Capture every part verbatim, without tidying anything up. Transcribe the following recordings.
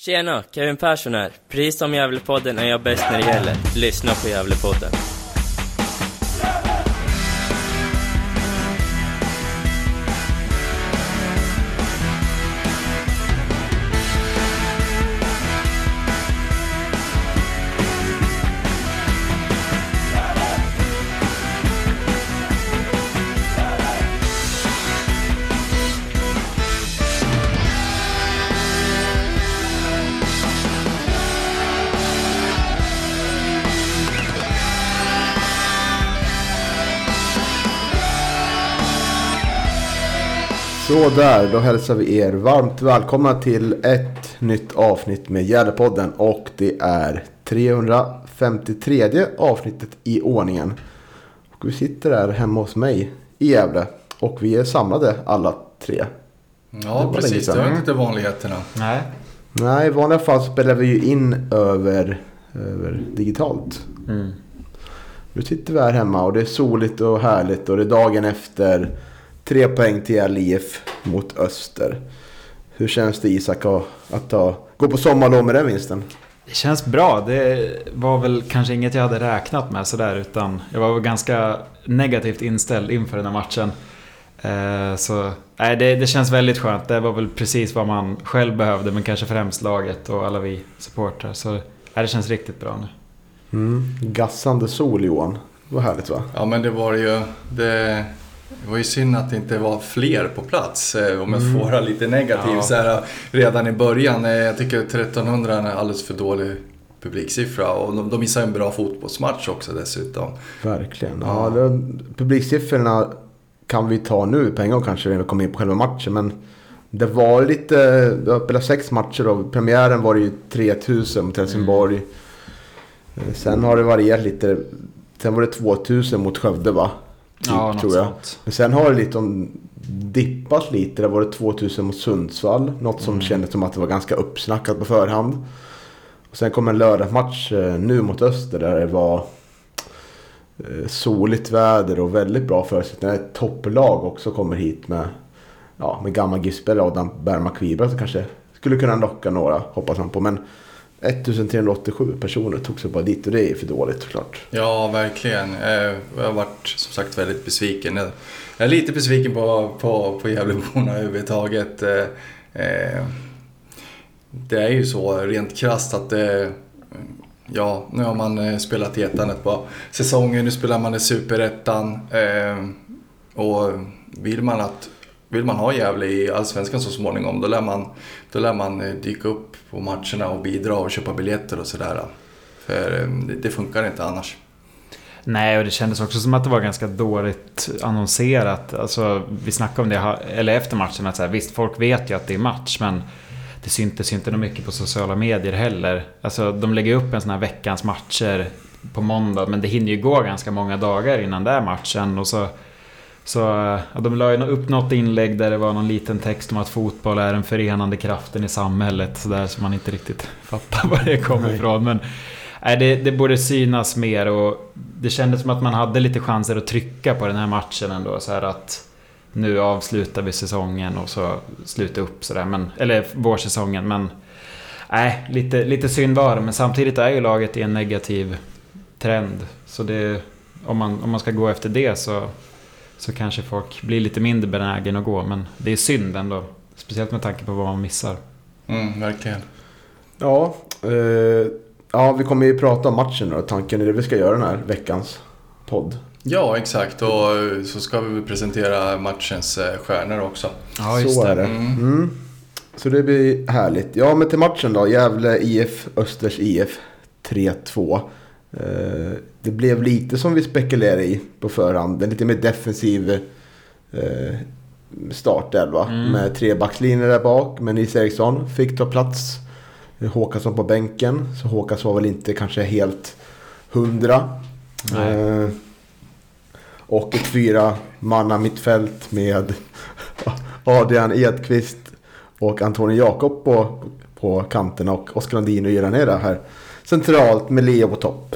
Tjena, Kevin Persson här. Precis som Gävlepodden är jag bäst när det gäller. Lyssna på Gävlepodden. Så där, då hälsar vi er varmt välkomna till ett nytt avsnitt med Gävlepodden. Och det är trehundrafemtiotredje avsnittet i ordningen. Och vi sitter där hemma hos mig i Gävle. Och vi är samlade alla tre. Ja, det precis. Det är inte vanligheterna. Nej. Nej, i vanliga fall spelar vi ju in över, över digitalt. Mm. Nu sitter vi här hemma och det är soligt och härligt. Och det är dagen efter... Tre poäng till L I F mot Öster. Hur känns det, Isak, att ta, gå på sommarlov med den vinsten? Det känns bra. Det var väl kanske inget jag hade räknat med sådär, utan jag var väl ganska negativt inställd inför den här matchen. Eh, så nej, det, det känns väldigt skönt. Det var väl precis vad man själv behövde, men kanske främst laget och alla vi supportrar. Så nej, det känns riktigt bra nu. Mm. Gassande sol, Johan. Det var härligt, va? Ja, men det var ju... Det... Det var ju synd att det inte var fler på plats, om jag får mm. lite negativ ja. så här, redan i början. Jag tycker trettonhundra är en alldeles för dålig publiksiffra, och de, de missar en bra fotbollsmatch också dessutom. Verkligen. Ja, ja det, publiksiffrorna kan vi ta nu på en gång kanske när vi kommer in på själva matchen, men det var lite, det var sex matcher då. Premiären var det ju tre tusen mot Helsingborg. Mm. Sen har det varierat lite. Sen var det två tusen mot Skövde, va? Typ, ja, tror jag. Sånt. Men sen har det lite om, dippat lite. Det var det två tusen mot Sundsvall. Något som mm. kändes som att det var ganska uppsnackat på förhand. Och sen kom en lördagsmatch eh, nu mot Öster, där det var eh, soligt väder och väldigt bra förutsättningar. Ett topplag också kommer hit med, ja, med gammal Gisbel och Dan Bergman Kvibra, så kanske skulle kunna locka några, hoppas man på. Men ettusentrehundraåttiosju personer tog sig bara dit, och det är för dåligt såklart. Ja, verkligen. Jag har varit som sagt väldigt besviken. Jag är lite besviken på, på, på Gävleborna överhuvudtaget. Det är ju så rent krasst att det, ja, nu har man spelat i ettan ett par säsonger, nu spelar man i superettan. Och vill man att Vill man ha Gävle i Allsvenskan så småningom, då lär man, då lär man dyka upp på matcherna och bidra och köpa biljetter och sådär. För det, det funkar inte annars. Nej, och det kändes också som att det var ganska dåligt annonserat. Alltså, vi snackade om det eller efter matchen, att så här, visst, folk vet ju att det är match, men det syntes ju inte mycket på sociala medier heller. Alltså, de lägger upp en sån här veckans matcher på måndag, men det hinner ju gå ganska många dagar innan det är matchen, och så Så ja, de la ju upp något inlägg där det var någon liten text om att fotboll är den förenande kraften i samhället, så där som man inte riktigt fattar var det kommer ifrån. Men nej, det, det borde synas mer, och det kändes som att man hade lite chanser att trycka på den här matchen ändå, så här att nu avslutar vi säsongen och så sluta upp så där, men eller vårsäsongen, men nej, lite lite synd var det, men samtidigt är ju laget i en negativ trend, så det, om man om man ska gå efter det, så så kanske folk blir lite mindre benägen att gå. Men det är synd ändå. Speciellt med tanke på vad man missar. Mm, verkligen. Ja, eh, ja, vi kommer ju prata om matchen och tanken är det vi ska göra den här veckans podd. Ja, exakt. Och så ska vi presentera matchens stjärnor också. Ja, just så det. Är det. Mm. Mm. Så det blir härligt. Ja, men till matchen då. Gävle I F, Östers I F tre två. Uh, det blev lite som vi spekulerade i på förhand. En lite mer defensiv uh, startelva mm. med tre backlinjer där bak. Men Nils Eriksson fick ta plats. Håkansson på bänken. Så Håkansson var väl inte kanske helt hundra. Uh, och ett fyra manna mittfält med Adrian Edqvist och Antonio Jakob på, på kanterna, och Oskar Landin och Göran är här centralt med Leo på topp.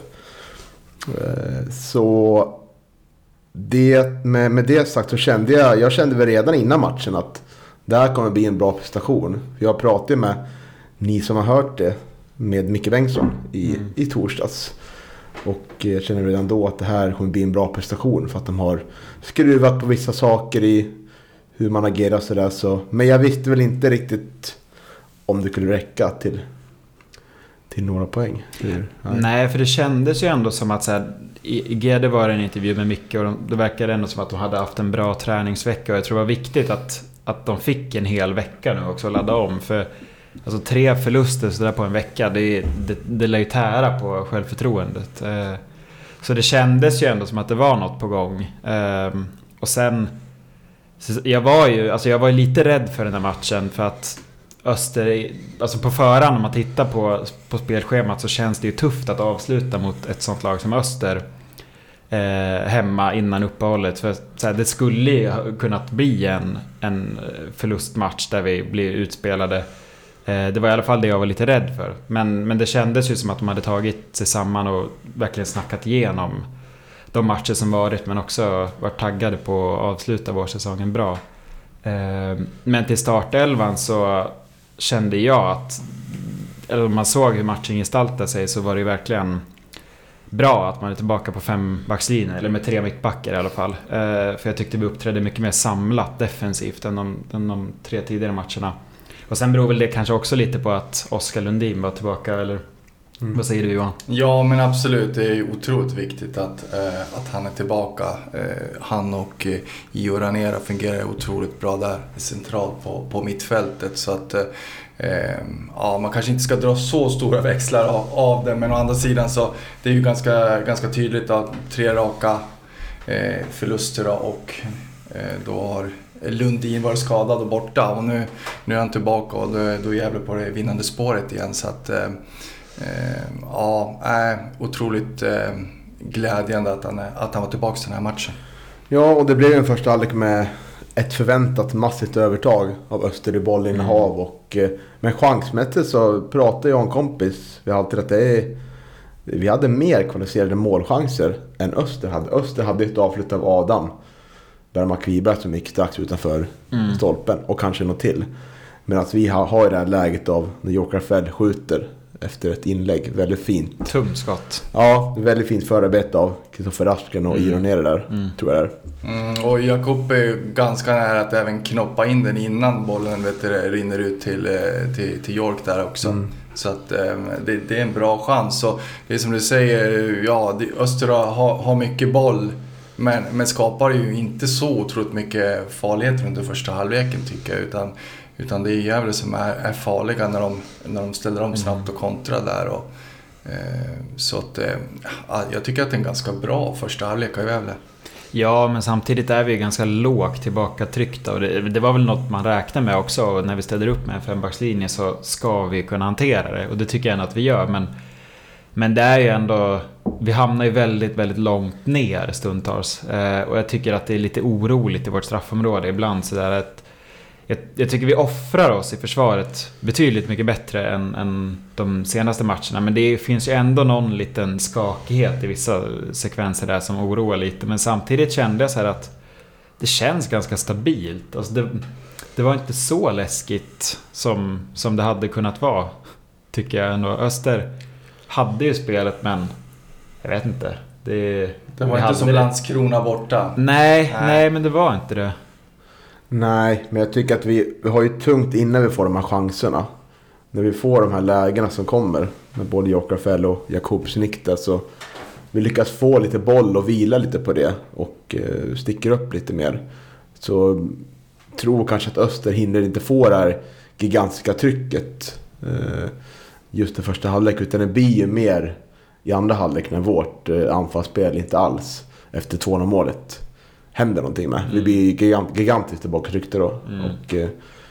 Så det, med, med det sagt så kände jag, jag kände väl redan innan matchen att det här kommer bli en bra prestation. Jag pratade med ni som har hört det med Micke Bengtsson i, mm. i torsdags. Och jag känner redan då att det här kommer bli en bra prestation för att de har skruvat på vissa saker i hur man agerar sådär. Så. Men jag visste väl inte riktigt om det kunde räcka till, till några poäng. Nej. Nej, för det kändes ju ändå som att så här, i G D var det en intervju med Micke och de, det verkade ändå som att de hade haft en bra träningsvecka. Och jag tror det var viktigt att, att de fick en hel vecka nu också att ladda om. För alltså, tre förluster så där på en vecka, det, det, det lär ju tära på självförtroendet. Eh, så det kändes ju ändå som att det var något på gång. Eh, och sen, jag var ju alltså jag var ju lite rädd för den här matchen för att Öster, alltså på förhand om man tittar på, på spelschemat så känns det ju tufft att avsluta mot ett sånt lag som Öster eh, hemma innan uppehållet. För så här, det skulle ju ha kunnat bli en, en förlustmatch där vi blir utspelade. Eh, det var i alla fall det jag var lite rädd för. Men, men det kändes ju som att de hade tagit sig samman och verkligen snackat igenom de matcher som varit, men också varit taggade på att avsluta vår säsongen bra. Eh, men till startelvan så kände jag att, eller om man såg hur matchen gestaltade sig, så var det verkligen bra att man är tillbaka på fem backslinjer, eller med tre mittbackar i alla fall. Eh, för jag tyckte vi uppträdde mycket mer samlat defensivt än de, än de tre tidigare matcherna. Och sen beror väl det kanske också lite på att Oskar Lundin var tillbaka, eller mm. vad säger du, Johan? Ja, men absolut, det är ju otroligt viktigt att, eh, att han är tillbaka. Eh, han och eh, Io Ranera fungerar otroligt bra där centralt på, på mittfältet, så att eh, ja, man kanske inte ska dra så stora växlar av, av det, men å andra sidan så det är ju ganska, ganska tydligt att tre raka eh, förluster då, och eh, då har Lundin var skadad och borta, och nu, nu är han tillbaka och då, då jävlar på det vinnande spåret igen, så att eh, ja, är otroligt eh, glädjande att han, är, att han var tillbaka till den här matchen. Ja, och det blev en första halvlek med ett förväntat massivt övertag av Öster i bollinnehav. Mm. Och, men chansmässigt så pratade jag om kompis, vi har alltid att det är, vi hade mer kvalificerade målchanser än Öster hade. Öster hade ett avslut av Adam Bergman Kviberg som gick strax utanför mm. stolpen och kanske något till. Men att vi har, har i det här läget av när Jokerfeld skjuter efter ett inlägg, väldigt fint. Tumskott. Ja, väldigt fint förarbete av Kristoffer Rasken och mm. Iron ner där, mm. tror jag det är. Mm, och Jakob är ganska nära att även knoppa in den innan bollen vet du, rinner ut till, till, till York där också. Mm. Så att det, det är en bra chans. Så det är som du säger, ja, Öster har, har mycket boll, men, men skapar ju inte så otroligt mycket farlighet runt den första halvleken, tycker jag, utan Utan det är Gävle som är, är farliga när de, när de ställer om snabbt och kontrar där. Och, eh, så att, eh, jag tycker att det är en ganska bra första halvlek av Gävle. Ja, men samtidigt är vi ganska lågt tillbaka tryckta. Och det, det var väl något man räknar med också. Och när vi ställer upp med en fembackslinje så ska vi kunna hantera det. Och det tycker jag ändå att vi gör. Men, men det är ju ändå... Vi hamnar ju väldigt, väldigt långt ner stundtals. Eh, och jag tycker att det är lite oroligt i vårt straffområde ibland. Så där att Jag, jag tycker vi offrar oss i försvaret betydligt mycket bättre än, än de senaste matcherna. Men det finns ju ändå någon liten skakighet i vissa sekvenser där som oroar lite. Men samtidigt kände jag så här att det känns ganska stabilt. Alltså det, det var inte så läskigt som, som det hade kunnat vara, tycker jag ändå. Öster hade ju spelet, men jag vet inte. Det, det var inte som Landskrona borta. Nej, nej, nej, men det var inte det. Nej, men jag tycker att vi, vi har ju tungt innan vi får de här chanserna. När vi får de här lägena som kommer med både Jokerfell och Jakobs Nikta, så vi lyckas få lite boll och vila lite på det och eh, sticker upp lite mer. Så tror kanske att Öster hinner inte få det här gigantiska trycket eh, just i första halvlek, utan det blir ju mer i andra halvlek när vårt eh, anfallsspel inte alls efter två noll målet händer någonting med. Mm. Vi blir gigant, gigantiskt tillbaka tryckta då. Mm. Och eh,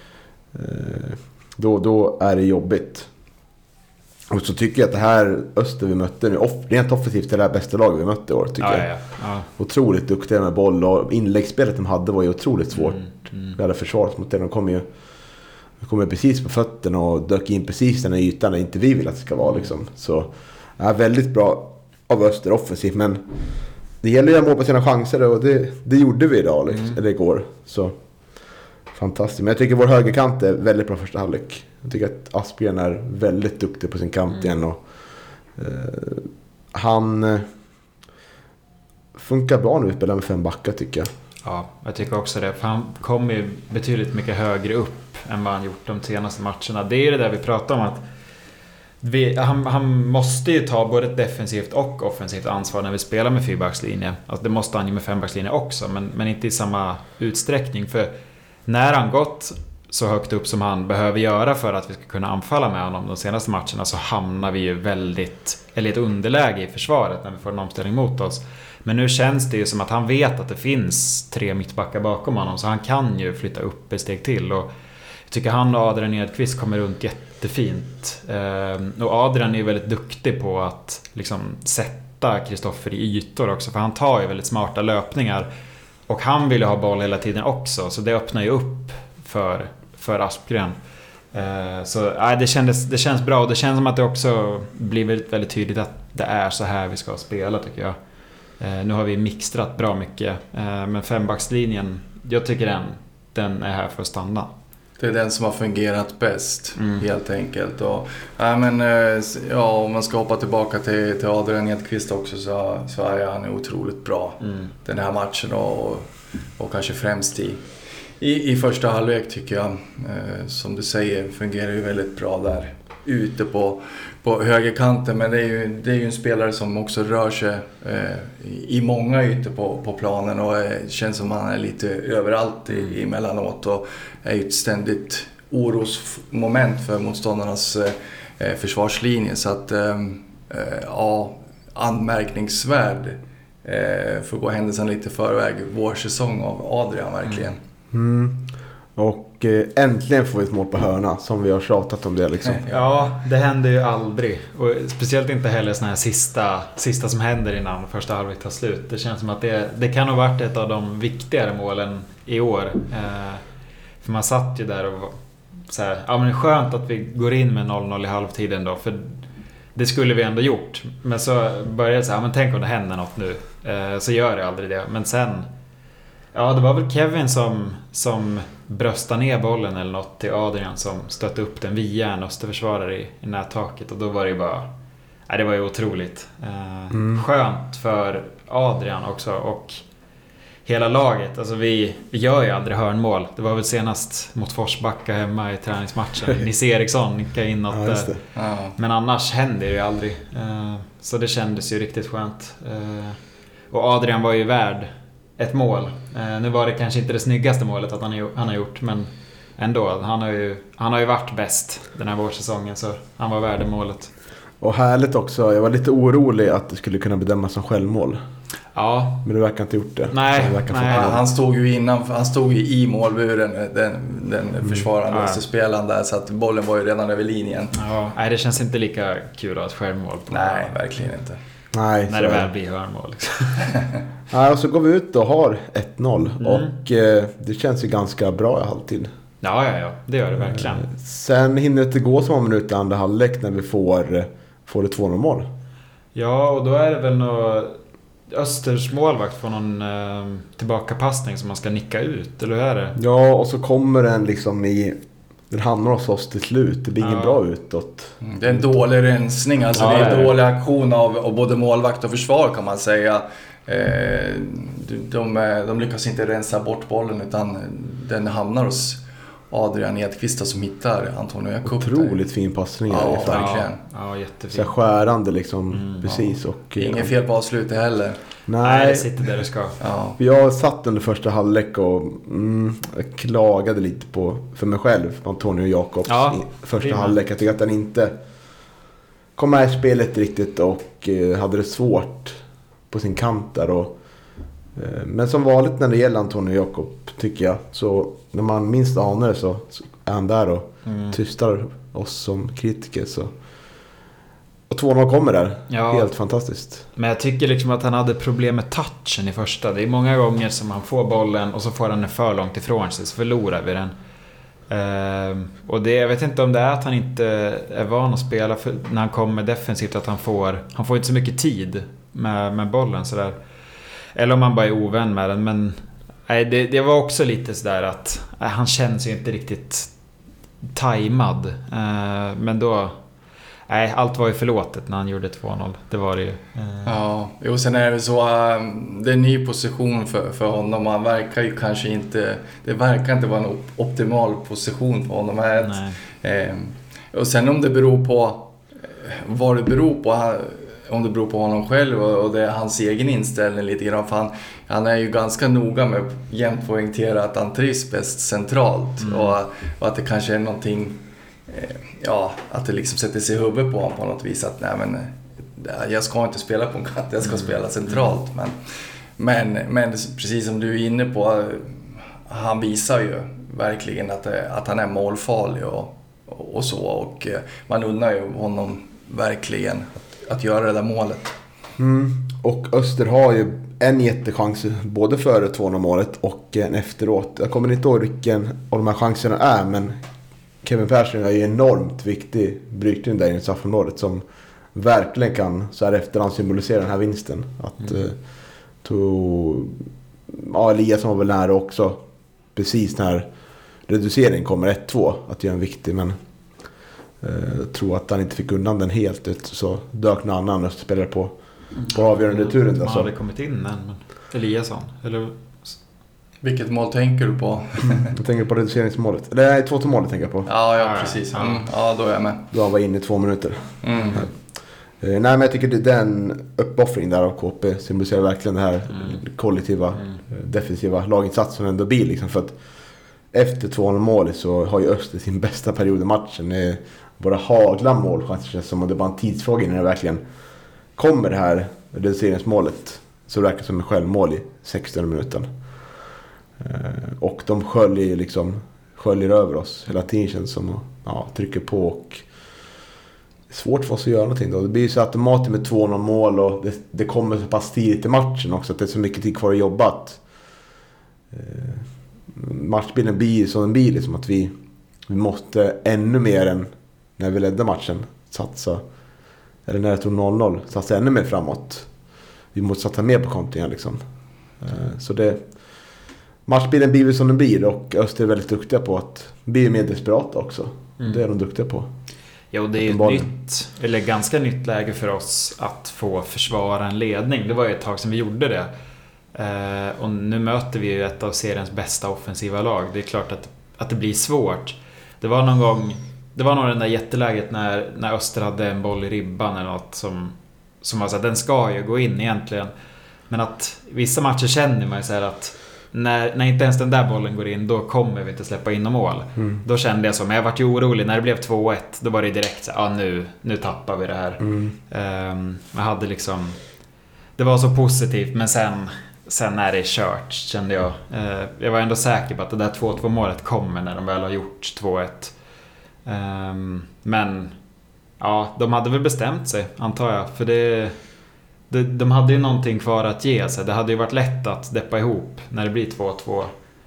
då, då är det jobbigt. Och så tycker jag att det här Öster vi mötte nu, off, rent offensivt är det här bästa laget vi mötte i år, tycker ja, jag. Ja, ja. Otroligt duktiga med boll, och inläggsspelet de hade var ju otroligt svårt. Mm. Mm. Vi hade försvaret mot det. De kom ju de kom ju precis på fötterna och dök in precis den här ytan där inte vi vill att det ska vara. Mm. Liksom. Så ja, väldigt bra av Öster offensivt, men det gäller ju att mål på sina chanser, och det, det gjorde vi idag, liksom, mm. eller igår. Så fantastiskt. Men jag tycker vår högerkant är väldigt bra första halvlek. Jag tycker att Aspgren är väldigt duktig på sin kant mm. igen. Och, eh, han eh, funkar bra nu att spela med fem backar tycker jag. Ja, jag tycker också det. För han kommer ju betydligt mycket högre upp än vad han gjort de senaste matcherna. Det är ju det där vi pratar om att vi, han, han måste ju ta både ett defensivt och offensivt ansvar när vi spelar med fyrbackslinje. Alltså det måste han ju med fembackslinje också, men, men inte i samma utsträckning. För när han gått så högt upp som han behöver göra för att vi ska kunna anfalla med honom de senaste matcherna, så hamnar vi ju väldigt, eller ett underläge i försvaret när vi får en omställning mot oss. Men nu känns det ju som att han vet att det finns tre mittbackar bakom honom, så han kan ju flytta upp ett steg till. Och jag tycker han och Adrian Edqvist kommer runt jättefint. Och Adrian är ju väldigt duktig på att liksom sätta Kristoffer i ytor också, för han tar ju väldigt smarta löpningar. Och han vill ju ha boll hela tiden också, så det öppnar ju upp för, för Aspgren. Så nej, det, kändes, det känns bra, och det känns som att det också blir väldigt, väldigt tydligt att det är så här vi ska spela, tycker jag. Nu har vi mixtrat bra mycket, men fembackslinjen, jag tycker den, den är här för att stanna. Det är den som har fungerat bäst, mm. helt enkelt. Och, ja, men, ja, om man ska hoppa tillbaka till, till Adrian Edqvist också, så, så är han otroligt bra mm. den här matchen. Och, och kanske främst i, i, i första halvlek tycker jag. Eh, som du säger, fungerar ju väldigt bra där ute på, på högerkanten. Men det är, ju, det är ju en spelare som också rör sig eh, i, i många ytor på, på planen. Och eh, känns som han är lite överallt i, emellanåt. Och är ju ett ständigt orosmoment för motståndarnas eh, försvarslinje. Så att, eh, ja, anmärkningsvärd eh, för att gå händelsen lite förväg. Vår säsong av Adrian, verkligen. Mm. Och eh, äntligen får vi ett mål på hörna, som vi har tjatat om det liksom. Ja, det händer ju aldrig. Och speciellt inte heller såna här sista, sista som händer innan första halvlek tar slut. Det känns som att det, det kan ha varit ett av de viktigare målen i år. Eh, för man satt ju där och var så här, ja men skönt att vi går in med noll noll i halvtiden då, för det skulle vi ändå gjort. Men så började det så här, ja men tänk om det händer något nu. Eh, så gör det aldrig det. Men sen, ja det var väl Kevin som, som bröstade ner bollen eller något till Adrian, som stötte upp den via en österförsvarare i, i nättaket. Och då var det ju bara, ja, det var ju otroligt. Eh, mm. Skönt för Adrian också och hela laget. Alltså vi, vi gör ju aldrig hörnmål. Det var väl senast mot Forsbacka hemma i träningsmatchen. Nisse Eriksson nickade in något ja, där. Ja. Men annars händer det ju aldrig. Så det kändes ju riktigt skönt. Och Adrian var ju värd ett mål. Nu var det kanske inte det snyggaste målet att han, han har gjort, men ändå. Han har ju, han har ju varit bäst den här vårsäsongen, så han var värd målet. Och härligt också. Jag var lite orolig att det skulle kunna bedömas som självmål. Ja. Men det verkar inte gjort det. Nej, det nej. Han, han stod ju innan, han stod ju i målburen, den, den mm. försvarande ja. spelaren där, så att bollen var ju redan över linjen. Ja. Nej, det känns inte lika kul att ha ett självmål på. Nej, verkligen inte. Nej, när det väl blir hörnmål liksom. Ja, och så går vi ut och har ett noll mm. och eh, det känns ju ganska bra i halvtid. Ja, ja, ja, det gör det verkligen. Eh, sen hinner det inte gå så många minuter i andra halvlek när vi får, får det två noll mål. Ja, och då är det väl något Östers målvakt får någon eh, tillbakapassning som man ska nicka ut, eller hur är det? Ja, och så kommer den liksom i, den hamnar hos oss till slut. Det blir ja. ingen bra utåt. Mm. Det är en dålig rensning, alltså ja, det är en dålig aktion av, av både målvakt och försvar, kan man säga. Eh, de, de lyckas inte rensa bort bollen, utan den hamnar hos Adrian Edqvist som hittar Antonio Jakob. Otroligt fin passning. Ja, verkligen. Ja, jättefin. Så och liksom, mm, precis. Ja. Och, ingen fel på avslutet heller. Nej, Nej, det sitter där det ska. Ja. Jag satt under första halvlek och mm, jag klagade lite på för mig själv, Antonio Jakobs ja, första prima. halvlek. Jag tycker att han inte kom med i spelet riktigt och eh, hade det svårt på sin kant där. Och, eh, men som vanligt när det gäller Antonio Jakob, tycker jag, så när man minst anar det så är han där och mm. tystar oss som kritiker. Så. Och två noll kommer där. Ja. Helt fantastiskt. Men jag tycker liksom att han hade problem med touchen i första. Det är många gånger som han får bollen och så får han den för långt ifrån sig, så förlorar vi den. Ehm, och det, jag vet inte om det är att han inte är van att spela för, när han kommer defensivt, att han får han får inte så mycket tid med, med bollen sådär. Eller om han bara är ovän med den. Men nej, det, det var också lite sådär att nej, han känns ju inte riktigt tajmad. Eh, men då... Nej, allt var ju förlåtet när han gjorde två noll. Det var det ju. Eh. Ja, och sen är det så... Um, det är en ny position för, för honom. Han verkar ju kanske inte... Det verkar inte vara en op- optimal position för honom. Här. Eh, och sen om det beror på... Vad det beror på... Han, om det beror på honom själv och det är hans egen inställning lite grann. För han, han är ju ganska noga med att jämt poängtera att han trivs bäst centralt. Mm. Och, och att det kanske är någonting, eh, ja, att det liksom sätter sig i huvudet på honom på något vis. Att nej men, jag ska inte spela på en kant, jag ska mm. spela centralt. Men, men, men precis som du är inne på, han visar ju verkligen att, att han är målfarlig och, och, och så. Och man undrar ju honom verkligen att göra det där målet. Mm. Och Öster har ju en jättechans både före två noll målet och en efteråt. Jag kommer inte ihåg vilken av de här chanserna är, men Kevin Persson är ju enormt viktig brytning där i straffområdet som verkligen kan så här efterhand symbolisera den här vinsten. Att mm. eh, to, ja, Eliasson var väl nära också precis när reduceringen kommer ett två att göra en viktig, men jag tror att han inte fick undan den helt ut, så dök någon annan och spelade på, på avgörande turen. Man hade kommit in än, men Eliasson, eller... Vilket mål tänker du på? Jag tänker på reduceringsmålet. Det är två till målet tänker jag på. Ja, ja precis. Mm. Ja, då är jag med. Då han var inne i två minuter. Mm. Nej, men jag tycker att den uppoffring där av K P symboliserar verkligen det här mm. kollektiva, mm. defensiva laginsatsen som ändå blir liksom, för att efter två noll målet så har ju Öster sin bästa period i matchen. Det är bara hagla mål, känns som att det är bara en tidsfråga innan det verkligen kommer det här reduceringsmålet. Så det verkar som en självmål i sextionde minuten. Och de sköljer liksom sköljer över oss hela tiden, känns som att ja, trycker på, och det är svårt för oss att göra någonting då. Det blir ju så automatiskt med två noll mål och det, det kommer så pass tidigt i matchen också att det är så mycket tid kvar att jobba att matchbilden blir som den blir liksom, att vi, vi måste ännu mer än när vi ledde matchen satsa, eller när det tog noll noll, satsa ännu mer framåt. Vi måste satsa mer på kontringar liksom. Så det matchbilden blir som den blir, och Öster är väldigt duktiga på att bli mer desperata också. Mm. Det är de duktiga på. Ja, och det är ju ett nytt, eller ganska nytt läge för oss att få försvara en ledning. Det var ju ett tag sedan vi gjorde det. Uh, och nu möter vi ju ett av seriens bästa offensiva lag. Det är klart att, att det blir svårt. Det var någon gång, det var nog den där jätteläget när, när Öster hade en boll i ribban eller något som, som var så här, den ska ju gå in egentligen. Men att vissa matcher känner man ju så här att när, när inte ens den där bollen går in, då kommer vi inte släppa in någon mål. Mm. Då kände jag så, men jag vart ju orolig när det blev två ett. Då var det direkt så ja ah, nu, nu tappar vi det här. Mm. Um, jag hade liksom, det var så positivt, men sen Sen är det kört, kände jag. Eh, jag var ändå säker på att det där två två målet kommer när de väl har gjort två ett. Eh, men ja, de hade väl bestämt sig, antar jag. För det, det, de hade ju någonting kvar att ge sig. Det hade ju varit lätt att deppa ihop när det blir två två,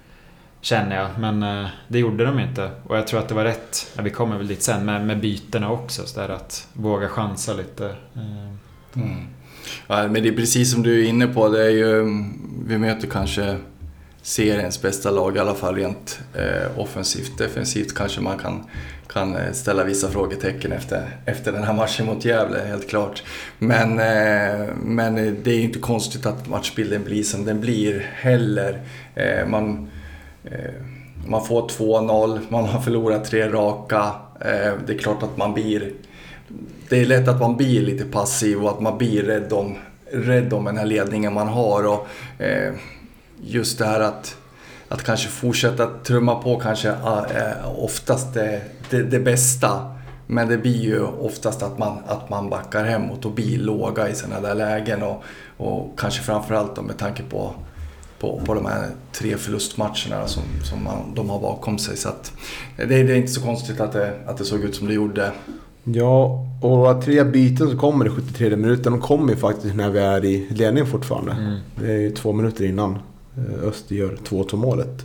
känner jag. Men eh, det gjorde de inte. Och jag tror att det var rätt, ja, vi kommer väl dit sen, med, med bytena också. Så där att våga chansa lite. Eh. Mm. Ja, men det är precis som du är inne på, det är ju, vi möter kanske seriens bästa lag i alla fall rent eh, offensivt. Defensivt kanske man kan, kan ställa vissa frågetecken efter, efter den här matchen mot Gävle, helt klart. Men, eh, men det är ju inte konstigt att matchbilden blir som den blir heller. Eh, man, eh, man får två noll, man har förlorat tre raka. Eh, det är klart att man blir... Det är lätt att man blir lite passiv och att man blir rädd om, rädd om den här ledningen man har. Och, eh, just det här att, att kanske fortsätta trumma på kanske eh, oftast det, det, det bästa. Men det blir ju oftast att man, att man backar hemåt och blir låga i sådana där lägen. Och, och kanske framförallt då med tanke på, på, på de här tre förlustmatcherna som, som man, de har bakom sig. Så att, det, det är inte så konstigt att det, att det såg ut som det gjorde. Ja, och tre byten så kommer det sjuttiotredje minuten. De kommer ju faktiskt när vi är i ledning fortfarande. Mm. Det är ju två minuter innan Öster gör två två målet.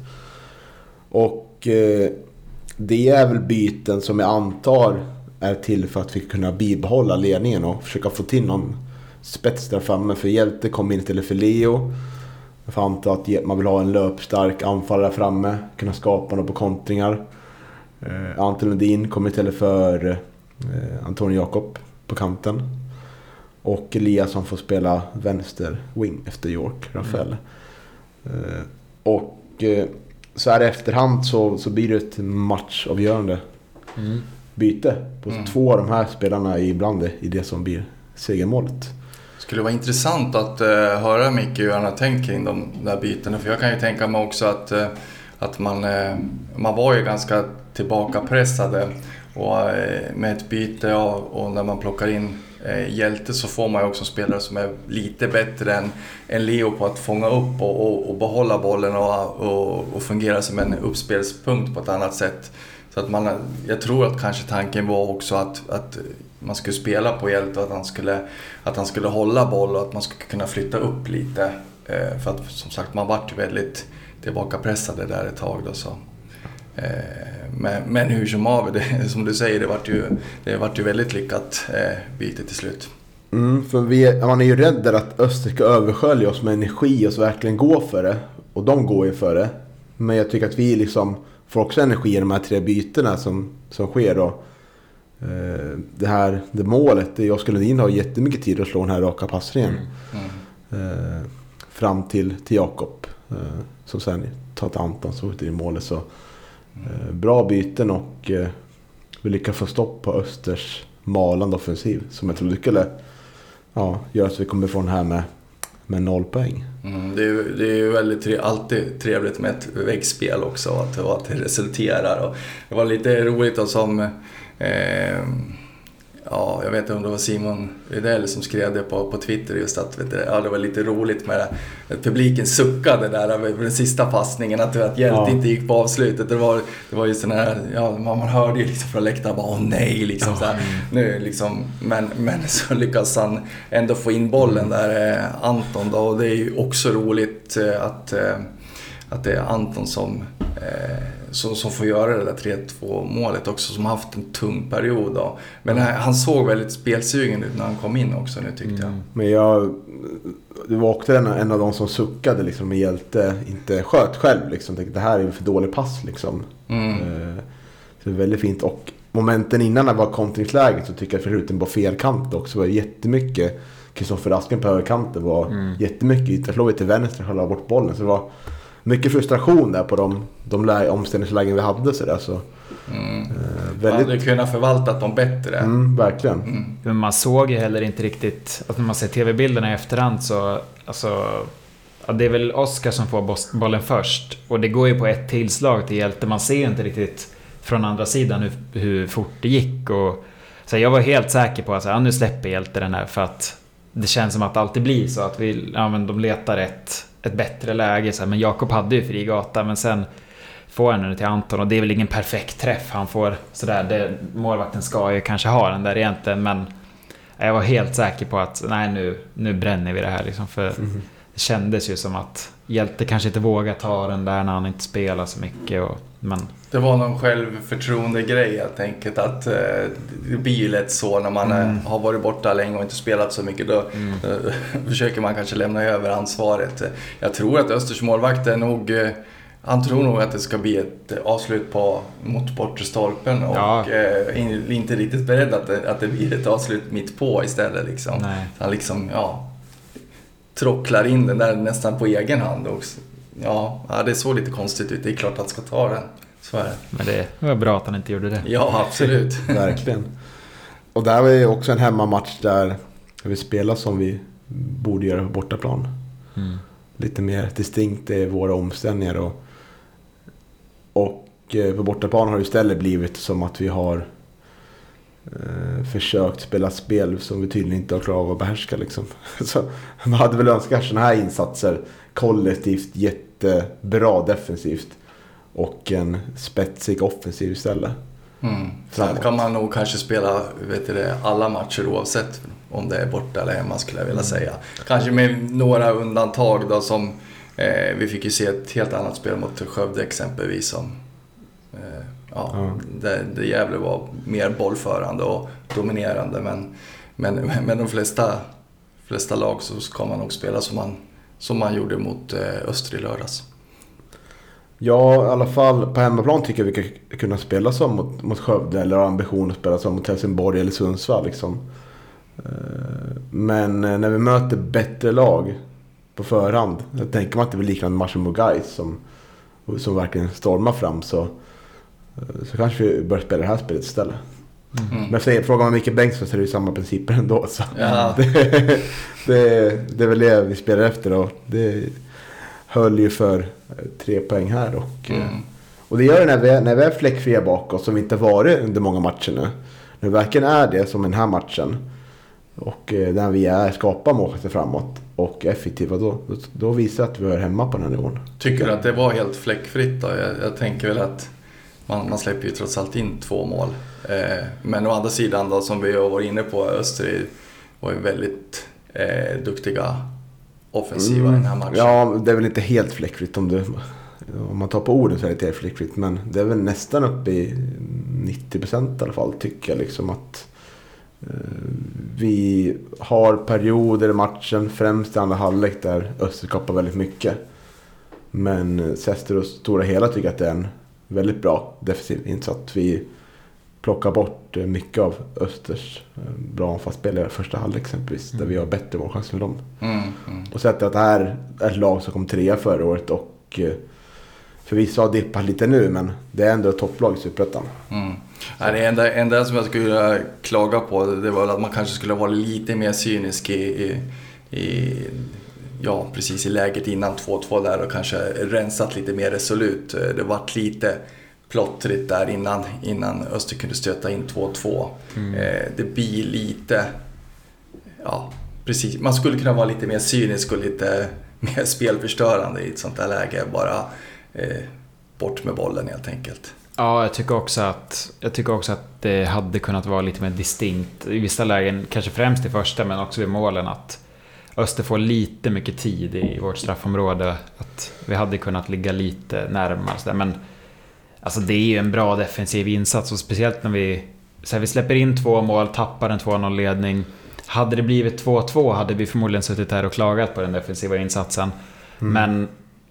Och eh, det är väl byten som jag antar är till för att vi ska kunna bibehålla ledningen och försöka få till någon spets där framme. För Hjälte kom in till för Leo. Jag antar att man vill ha en löpstark anfallare där framme, kunna skapa något på kontringar. Eh, Anton Lundin kommer istället för eh, Antonio Jakob på kanten. Och Eliasson får spela vänster wing efter York, Rafael. Mm. Eh, och eh, så här i efterhand så, så blir det ett matchavgörande mm. byte på mm. två av de här spelarna ibland i det som blir segermålet. Skulle vara intressant att uh, höra Micke hur han har tänkt kring de där bytena. För jag kan ju tänka mig också att, uh, att man, uh, man var ju ganska tillbakapressade. Och uh, med ett byte ja, och när man plockar in uh, Hjälte så får man ju också spelare som är lite bättre än, än Leo på att fånga upp och, och, och behålla bollen och, och, och fungera som en uppspelspunkt på ett annat sätt. Så att man, jag tror att kanske tanken var också att, att man skulle spela på Hjälte och att han skulle, att han skulle hålla boll och att man skulle kunna flytta upp lite. Eh, för att som sagt man vart ju väldigt tillbakapressade där ett tag då så. Eh, men, men hur som av det, som du säger, det vart ju, det vart ju väldigt lyckat eh, byte till slut. Mm, för vi, man är ju rädd där att Öster ska överskölja oss med energi och så verkligen gå för det. Och de går ju för det. Men jag tycker att vi liksom får också energi i de här tre bytena som, som sker då. Eh, det här det målet, det jag skulle in ha jättemycket tid att slå den här raka passningen. Mm. Mm. Eh, fram till, till Jakob. Eh, som sen tar till Anton så ut i målet. Så, eh, bra byten och eh, vi lyckas få stopp på Östers malande offensiv. Som jag trodde skulle ja, göra så vi kommer få den här med, med noll poäng. Mm, det är ju, det är ju väldigt tre, alltid trevligt med ett väggspel också att, att det resulterar. Och det var lite roligt då som eh, ja, jag vet inte om det var Simon Rydell som skrev det på, på Twitter just att vet du, ja, det var lite roligt med det. Att publiken suckade där över den sista passningen att, att Hjälte ja. inte gick på avslutet. Det var, det var ju sån här, ja, man hörde ju liksom från läktaren bara åh nej liksom ja. så här, nu liksom, men, men så lyckas han ändå få in bollen där eh, Anton då, och det är ju också roligt eh, att, eh, att det är Anton som eh, Som, som får göra det där tre två målet också, som har haft en tung period då. Men mm. han såg väldigt spelsugen ut när han kom in också nu tyckte jag. Mm. Men jag det var också en, en av de som suckade liksom med Hjälte inte sköt själv liksom, tänkte det här är för dålig pass liksom. Mm. Eh, så det är väldigt fint, och momenten innan det var kontringsläget så tycker jag förutom på fel kant också var jättemycket Kristoffer Asken på högerkanten var mm. jättemycket yta, slog vi till vänster och la bort bollen, så det var mycket frustration där på de, de lä- omställningslägen vi hade så där, så mm. eh, väldigt... Man hade kunnat förvalta dem bättre. Mm, verkligen. Mm. Men man såg ju heller inte riktigt att när man ser tv-bilderna i efterhand så alltså, ja, det är väl Oskar som får bollen först och det går ju på ett tillslag till Hjälte. Man ser inte riktigt från andra sidan hur, hur fort det gick och så jag var helt säker på att ja, nu släpper Hjälte den här, för att det känns som att det alltid blir så att vi, ja, men de letar ett ett bättre läge så här, men Jakob hade ju fri gata, men sen får han den till Anton och det är väl ingen perfekt träff han får så där, det målvakten ska ju kanske ha den där egentligen, men jag var helt säker på att nej nu nu bränner vi det här liksom, för mm. det kändes ju som att Hjälte kanske inte vågar ta den där när han inte spelar så mycket och, men det var någon självförtroende grej helt enkelt att eh, det blir ju lätt så när man mm. har varit borta länge och inte spelat så mycket då mm. eh, försöker man kanske lämna över ansvaret. Jag tror att Östers målvakt är nog eh, han tror nog att det ska bli ett avslut på mot bortre stolpen och ja. eh, in, inte riktigt beredd att det, att det blir ett avslut mitt på istället liksom. Nej. Han liksom ja trocklar in den där nästan på egen hand också. Ja, ja, det såg lite konstigt ut. Det är klart att han ska ta den. Så är det. Men det var bra att han inte gjorde det. Ja, absolut. Verkligen. Och där var ju också en hemmamatch där vi spelar som vi borde göra på bortaplan. Mm. Lite mer distinkt i våra omställningar. Och, och på bortaplan har det istället blivit som att vi har eh, försökt spela spel som vi tydligen inte har klarat av att behärska. Liksom. Så man hade väl önskat sådana här insatser kollektivt jättebra defensivt och en spetsig offensiv istället. Mm. Sen kan man nog kanske spela vet du det, alla matcher oavsett om det är borta eller hemma skulle jag vilja mm. säga. Kanske med några undantag då som eh, vi fick ju se ett helt annat spel mot Skövde exempelvis som eh, ja, mm. det, det Gävle var mer bollförande och dominerande men, men, men de flesta, flesta lag så ska man nog spela som man, som man gjorde mot eh, Öster i lördags. Ja, i alla fall på hemmaplan tycker jag vi kan kunna spela som mot, mot Skövde eller har ambition att spela som mot Helsingborg eller Sundsvall liksom. Men när vi möter bättre lag på förhand, jag tänker man att det blir liknande matchen mot Gais som, som verkligen stormar fram, så, så kanske vi bör spela det här spelet istället. Mm. Men för, frågar man Micke Bengtsson så är det ju samma principer ändå, så ja. det, det, det är väl det vi spelar efter, och det höll ju för tre poäng här och, mm. och det gör det när vi, när vi är fläckfria bakåt, som vi inte varit under många matcher nu. Nu verkligen är det som den här matchen, och där vi är skapar målet framåt och effektiva, då, då, då visar att vi är hemma på den här nivån. Tycker du att det var helt fläckfritt då? Jag, jag tänker väl att man, man släpper ju trots allt in två mål. Eh, men å andra sidan då, som vi har varit inne på, Öster var ju väldigt eh, duktiga offensiva mm. den här matchen. Ja, det är väl inte helt fläckfritt om du, om man tar på orden så är det inte helt fläckfritt, men det är väl nästan upp i nittio procent i alla fall, tycker jag liksom att vi har perioder i matchen, främst i andra halvlek, där Öster skapar väldigt mycket. Men Sester och stora hela tycker att det är en väldigt bra defensiv insats. Vi plockar bort mycket av Östers bra anfallsspelare i första halvlek exempelvis, mm. där vi har bättre målchans än dem. Mm, mm. Och sett att det här är ett lag som kom trea förra året, och förvisso har dippat lite nu, men det är ändå ett topplag i Superettan. Mm. Ja, det enda, enda som jag skulle klaga på, det var att man kanske skulle vara lite mer cynisk i, i, i, ja, precis i läget innan två två där, och kanske rensat lite mer resolut. Det var lite plottrigt där innan, innan Öster kunde stöta in två två. Mm. Eh, det blir lite, ja, precis. Man skulle kunna vara lite mer cynisk och lite mer spelförstörande i ett sånt här läge. Bara eh, bort med bollen helt enkelt. Ja, jag tycker också att jag tycker också att det hade kunnat vara lite mer distinkt i vissa lägen, kanske främst i första, men också vid målen, att Öster får lite mycket tid i vårt straffområde, att vi hade kunnat ligga lite närmare så där. Men alltså det är ju en bra defensiv insats, och speciellt när vi så här, vi släpper in två mål, tappar en två noll ledning. Hade det blivit två två hade vi förmodligen suttit här och klagat på den defensiva insatsen. Mm. Men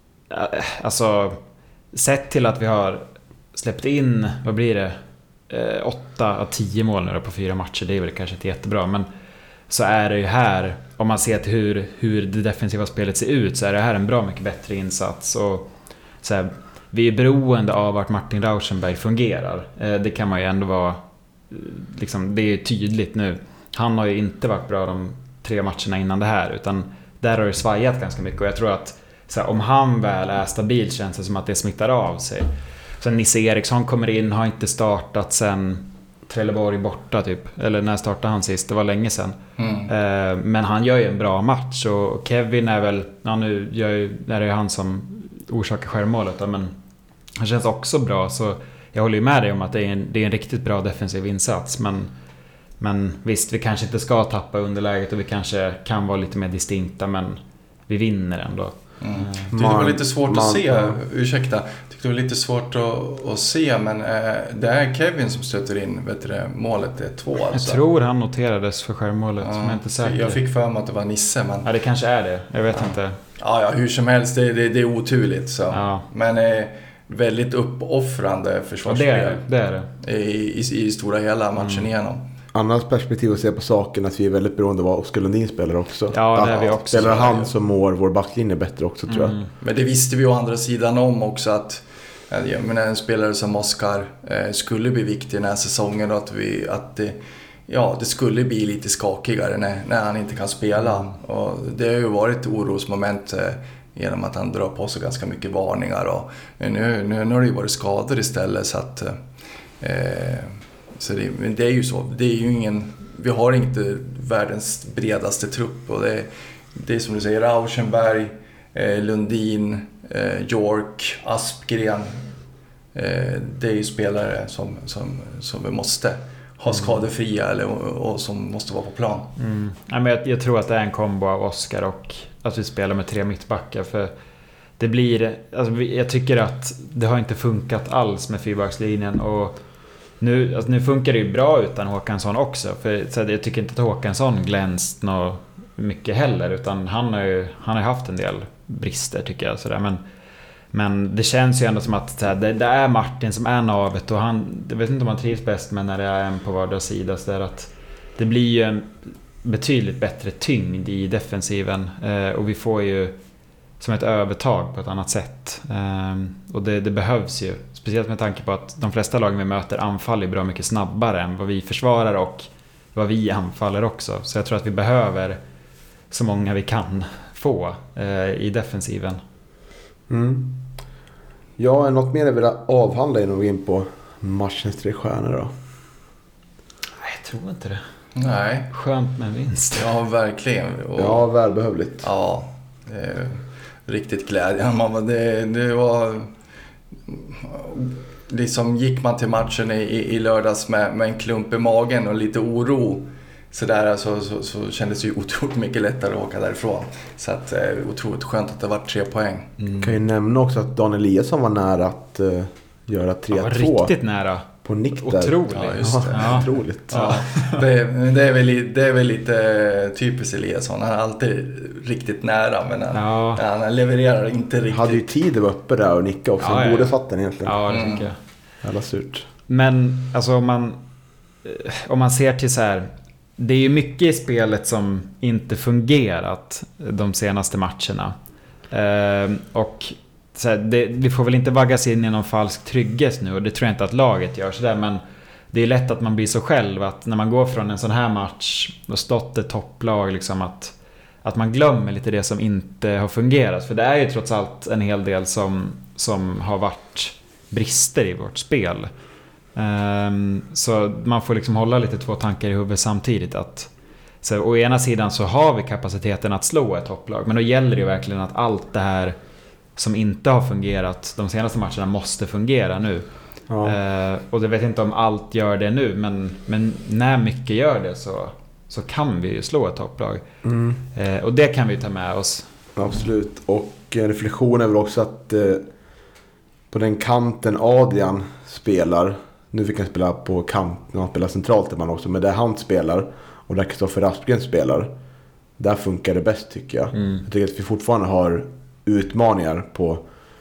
alltså sett till att vi har släppt in, vad blir det, eh, åtta av tio mål nu på fyra matcher, det är väl kanske inte jättebra, men så är det ju här, om man ser till hur, hur det defensiva spelet ser ut, så är det här en bra mycket bättre insats. Och så här, vi är beroende av att Martin Rauschenberg fungerar, eh, det kan man ju ändå vara liksom, det är tydligt nu. Han har ju inte varit bra de tre matcherna innan det här, utan där har det svajat ganska mycket, och jag tror att så här, om han väl är stabil, känns det som att det smittar av sig. Sen Nisse Eriksson kommer in, har inte startat sen Trelleborg borta typ. Eller när startade han sist? Det var länge sedan. Mm. Eh, men han gör ju en bra match, och Kevin är väl, ja, nu gör ju, är det ju han som orsakar självmålet då, men han känns också bra, så jag håller ju med dig om att det är en, det är en riktigt bra defensiv insats, men men visst, vi kanske inte ska tappa underläget, och vi kanske kan vara lite mer distinkta, men vi vinner ändå. Mm. Det var lite svårt man, att se, man. ursäkta, det var lite svårt att, att se, men eh, det är Kevin som stöter in, vet du, målet är två alltså. Jag tror han noterades för självmålet, ja, men jag är inte säker. Jag fick för mig att det var Nisse, men... Ja, det kanske är det, jag vet ja. inte. Ja, ja, hur som helst, det, det, det är oturligt så. Ja. Men eh, väldigt uppoffrande försvarsspel. Ja, det är det, det, är det. I, i, i stora hela matchen mm. igenom. Annars perspektiv att se på saken, att vi är väldigt beroende av vad Oskar Lundin spelar också. Ja, det är vi också. Spelar han så mår vår backlinje bättre också, tror mm. jag. Men det visste vi å andra sidan om också, att jag menar, en spelare som Oskar eh, skulle bli viktig den här säsongen, och att, vi, att det, ja, det skulle bli lite skakigare när, när han inte kan spela. Mm. Och det har ju varit ett orosmoment eh, genom att han drar på sig ganska mycket varningar. Och nu, nu, nu har det ju varit skador istället, så att... Eh, Så det, men det är ju så, det är ju ingen, vi har inte världens bredaste trupp, och det, det är som du säger, Rauschenberg, eh, Lundin, eh, York, Aspgren, eh, det är ju spelare som, som, som vi måste ha skadefria eller, och, och som måste vara på plan. Mm. Ja, men jag, jag tror att det är en kombo av Oskar och att vi spelar med tre mittbackar, för det blir, alltså, jag tycker att det har inte funkat alls med fyrbackslinjen, och Nu, alltså nu funkar det ju bra utan Håkansson också, för så jag tycker inte att Håkansson glänst något mycket heller, utan han har ju han har haft en del brister, tycker jag, sådär. Men, Men det känns ju ändå som att det, det är Martin som är navet och han, jag vet inte om han trivs bäst med när det är en på vardera sida, så där att det blir ju en betydligt bättre tyngd i defensiven eh, och vi får ju som ett övertag på ett annat sätt eh, och det, det behövs ju, speciellt med tanke på att de flesta lagen vi möter anfaller bra mycket snabbare än vad vi försvarar och vad vi anfaller också, så jag tror att vi behöver så många vi kan få eh, i defensiven. Mm. Ja, något mer jag vill avhandla innan vi går in på matchens tre stjärnor då? Nej, jag tror inte det. Nej. Skönt med en vinst. Ja, verkligen. Och, Ja, välbehövligt. Ja, det är riktigt glädjande. Det, det var... Liksom gick man till matchen i, i lördags med, med en klump i magen och lite oro. Så där alltså, så, så kändes det ju otroligt mycket lättare att åka därifrån. Så att det är otroligt skönt att det var tre poäng. Mm. Kan ju nämna också att Dan Eliasson var nära att uh, göra tre två. Han var riktigt nära. På nick där. Otroligt. Ja, just det. Ja. Otroligt. Ja, det, det, är väl, det är väl lite typiskt Eliasson. Han är alltid riktigt nära, men han, ja. han levererar inte riktigt. Hade ju tid att vara uppe där och nicka också. Ja, Han ja. borde fatta den egentligen. Ja, det Mm. tycker jag. Jävla surt. Men alltså om man om man ser till så här, det är ju mycket i spelet som inte fungerat de senaste matcherna. Ehm, och så här, det, vi får väl inte vaggas in i någon falsk trygghet nu, och det tror jag inte att laget gör så där, men det är lätt att man blir så själv att när man går från en sån här match och stått ett topplag liksom att att man glömmer lite det som inte har fungerat, för det är ju trots allt en hel del som som har varit brister i vårt spel. Um, så man får liksom hålla lite två tankar i huvudet samtidigt, att så å ena sidan så har vi kapaciteten att slå ett topplag, men då gäller det ju verkligen att allt det här som inte har fungerat de senaste matcherna måste fungera nu. Ja. Uh, och jag vet inte om allt gör det nu, men, men när mycket gör det så, så kan vi ju slå ett topplag. Mm. Uh, och det kan vi ta med oss. Absolut. Och en reflektion är väl också att eh, på den kanten Adrian spelar, nu fick han spela på kant när han spelar centralt där man också, men där han spelar och där Kristoffer Aspgren spelar, där funkar det bäst tycker jag. Mm. Jag tycker att vi fortfarande har utmaningar på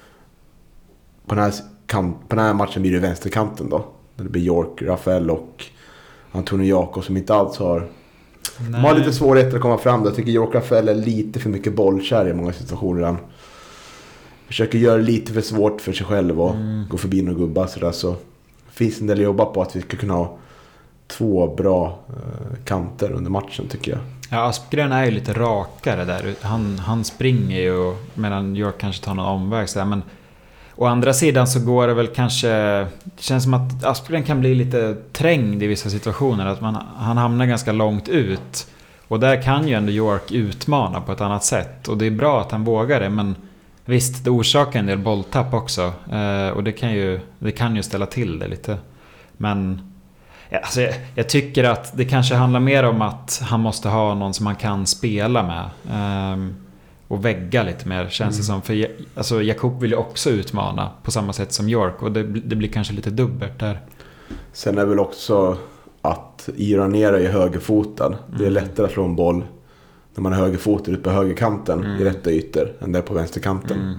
på den här, kant, på den här matchen blir det vänsterkanten då. Det blir York, Rafael och Antonio Jakob som inte alls har de har lite svårigheter att komma fram. Jag tycker York Rafael är lite för mycket bollkär i många situationer. Han försöker göra det lite för svårt för sig själv och mm. gå förbi några gubbar så där, så finns en del att jobba på att vi ska kunna ha två bra eh, kanter under matchen tycker jag. Ja, Aspgren är ju lite rakare där. Han, han springer ju medan York kanske tar någon omväg så där, men å andra sidan så går det väl kanske, det känns som att Aspgren kan bli lite trängd i vissa situationer, att man, han hamnar ganska långt ut, och där kan ju ändå York utmana på ett annat sätt, och det är bra att han vågar det, men visst, det orsakar en del bolltapp också, eh, och det kan ju det kan ju ställa till det lite, men ja, alltså jag, jag tycker att det kanske handlar mer om att han måste ha någon som man kan spela med, eh, och vägga lite mer, känns det mm. som. För alltså, Jakob vill ju också utmana på samma sätt som York, och det, det blir kanske lite dubbelt där. Sen är väl också att Iranera är högerfotad. Mm. Det är lättare att slå en boll när man är högerfotad ut på högerkanten mm. i rätta ytor än där på vänsterkanten. Mm.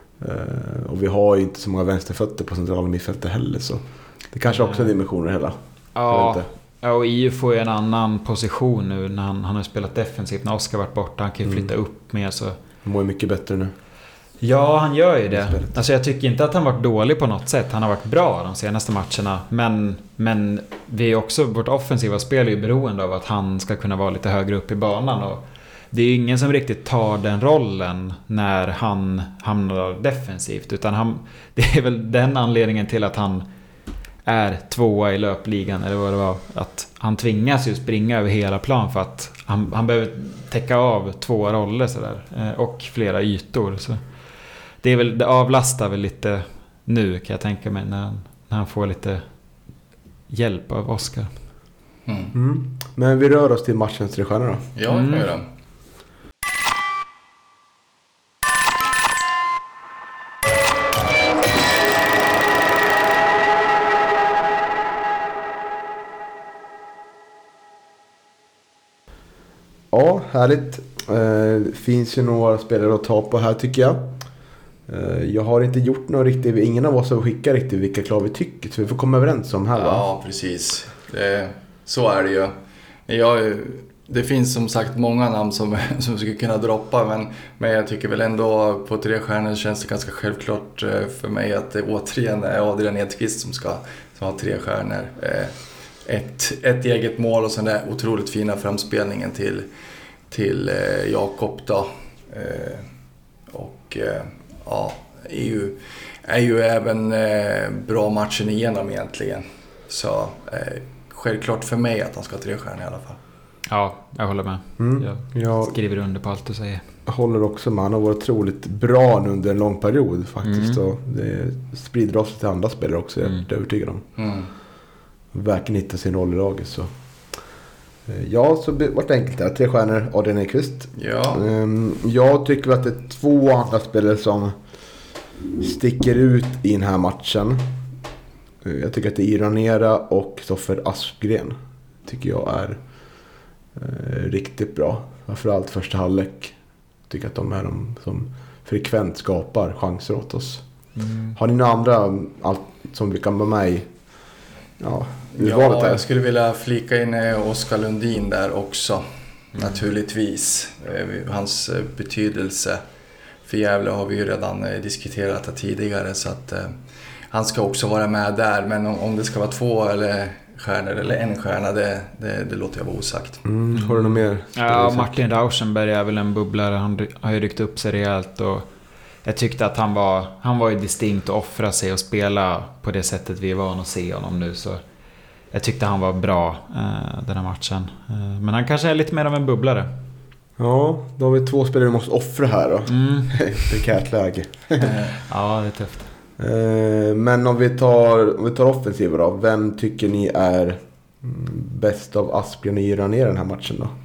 Uh, och vi har ju inte så många vänsterfötter på centrala mittfältet heller, så det kanske också är dimensioner hela. Ja, ja, och I U får ju en annan position nu när han, han har spelat defensivt. När Oskar varit borta, han kan ju flytta mm. upp mer, så han mår ju mycket bättre nu. Ja, han gör ju det. Alltså jag tycker inte att han varit dålig på något sätt. Han har varit bra de senaste matcherna. Men, men vi är också, vårt offensiva spel är ju beroende av att han ska kunna vara lite högre upp i banan. Och det är ju ingen som riktigt tar den rollen när han hamnar defensivt. Utan han, det är väl den anledningen till att han är tvåa i löpligan, eller vad det var. Att han tvingas ju springa över hela plan för att han, han behöver täcka av två roller sådär, och flera ytor. Så det är väl, det avlastar väl lite nu, kan jag tänka mig, när, när han får lite hjälp av Oskar. Mm. Mm. Men vi rör oss till matchens tre stjärnor då. Ja, det kan vi göra. Ja, härligt. Det finns ju några spelare att ta på här tycker jag. Jag har inte gjort något riktigt, ingen av oss har skickat riktigt vilka klar vi tycker, så vi får komma överens om här, va? Ja, precis. Det, så är det ju. Jag, det finns som sagt många namn som, som skulle kunna droppa, men, men jag tycker väl ändå på tre stjärnor känns det ganska självklart för mig att det återigen är Adrian Edqvist som ska som har tre stjärnor. Ett, ett eget mål och sen den otroligt fina framspelningen till, till Jakob då. Och ja, är ju, är ju även bra matchen igenom egentligen. Så eh, självklart för mig att han ska ha tre stjärnor i alla fall. Ja, jag håller med. Mm. Jag jag skriver under på allt du säger. Jag håller också med. Han har varit otroligt bra under en lång period faktiskt. Mm. Och det sprider oss till andra spelare också, jag är Mm. övertygad om. Mm. Verkligen hitta sin roll i laget. Så. Ja, så vart det enkelt där. Tre stjärnor, Adrian Edqvist. Ja. Jag tycker att det är två andra spelare som sticker ut i den här matchen. Jag tycker att det är Iranera och Kristoffer Aspgren. Tycker jag är eh, riktigt bra. Framförallt första halvlek. Tycker att de är de som frekvent skapar chanser åt oss. Mm. Har ni några andra allt som vi kan vara med i? Ja, Ja, jag skulle vilja flika in Oskar Lundin där också. Mm. Naturligtvis. Hans betydelse för Gävle har vi ju redan diskuterat det tidigare, så att eh, han ska också vara med där. Men om, om det ska vara två eller stjärnor eller en stjärna, det, det, det låter jag vara osagt. Mm, har du något mer? Ja, Martin Rauschenberg är väl en bubblare. Han har ju ryckt upp sig rejält och jag tyckte att han var, han var ju distinkt och offra sig och spela på det sättet vi är vana att se honom nu. Så jag tyckte han var bra eh, den här matchen. Eh, men han kanske är lite mer av en bubblare. Ja, då har vi två spelare vi måste offra här då. Mm. Prekärt läge. Ja, det är tufft. Men om vi tar, om vi tar offensiva då. Vem tycker ni är bäst av Aspgren och Iran i den här matchen då?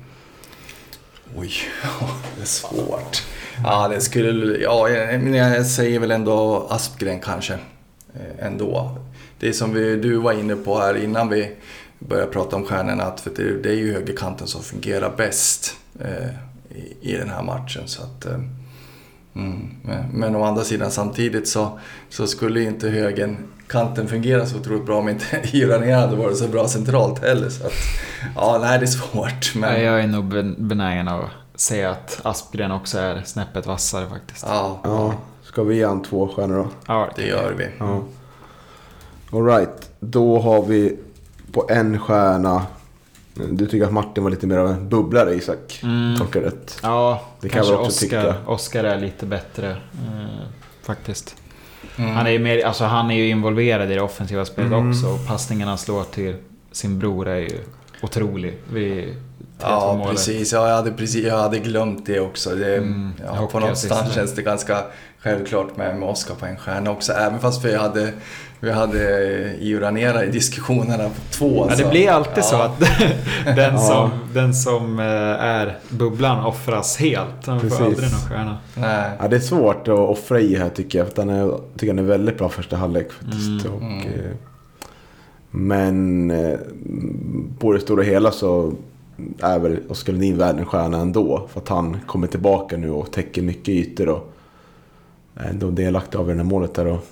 Oj, det är svårt. Ja, det skulle, ja, jag, jag säger väl ändå Aspgren kanske. Ändå. Det som vi, du var inne på här innan vi började prata om stjärnorna, att för det, det är ju högerkanten som fungerar bäst eh, i, i den här matchen. Så att, eh, mm, men, men å andra sidan samtidigt så, så skulle inte högerkanten fungera så otroligt bra om inte Iranera hade varit så bra centralt heller. Så att, ja, nej, det är svårt. Men... Jag är nog benägen att säga att Aspgren också är snäppet vassare faktiskt. Ja, ja. Ska vi ge han två stjärnor då? Ja, det gör vi. Ja. All right. Då har vi på en stjärna. Du tycker att Martin var lite mer av en bubblare, Isak. Mm. Tolkar rätt. Ja, det kanske kan jag också Oscar, tycka. Oscar är lite bättre eh, faktiskt. Mm. Han är ju mer, alltså han är ju involverad i det offensiva spelet Mm. också, och passningen han slår till sin bror är ju otrolig. Vi Ja, målet. precis. Ja, jag hade precis jag hade glömt det också. Det, Mm, ja, på någonstans känns det ganska självklart med, med Oscar på en stjärna också, även fast vi hade vi hade Iranera i diskussionerna på två. Ja, det så. blir alltid Ja. så att den, Ja. som, den som är bubblan offras helt. Han får Precis. aldrig någon stjärna. Nej. Ja, det är svårt att offra i här tycker jag. För att han är, tycker han är väldigt bra första halvlek faktiskt. Mm. Och, Mm. eh, men eh, på det stora hela så är väl Oskar Lundin värd en stjärna ändå. För att han kommer tillbaka nu och täcker mycket ytor och är ändå delaktig av det här målet där. Och,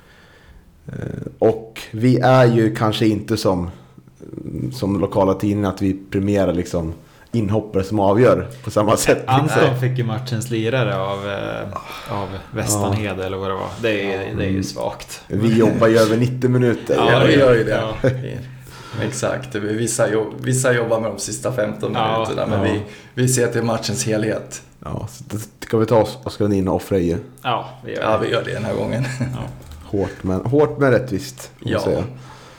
eh, och vi är ju kanske inte som, som lokala tidningar att vi premierar liksom inhoppare som avgör på samma sätt. Anton fick ju matchens lirare av, eh, av Västanhed eller vad det var. Det är, det är ju svagt. Vi jobbar ju över nittio minuter. Ja, det vi gör gör vi. ju det. Ja. Exakt. Vissa, jobb, vissa jobbar med de sista femton Ja, minuterna, men ja. vi, vi ser till matchens helhet. Ja, så det ska vi ta oss Oskar Lundin och offra i. Ja, vi gör Ja, det. vi gör det den här gången. Ja. Hårt men, hårt men rättvist. Får man Ja. säga.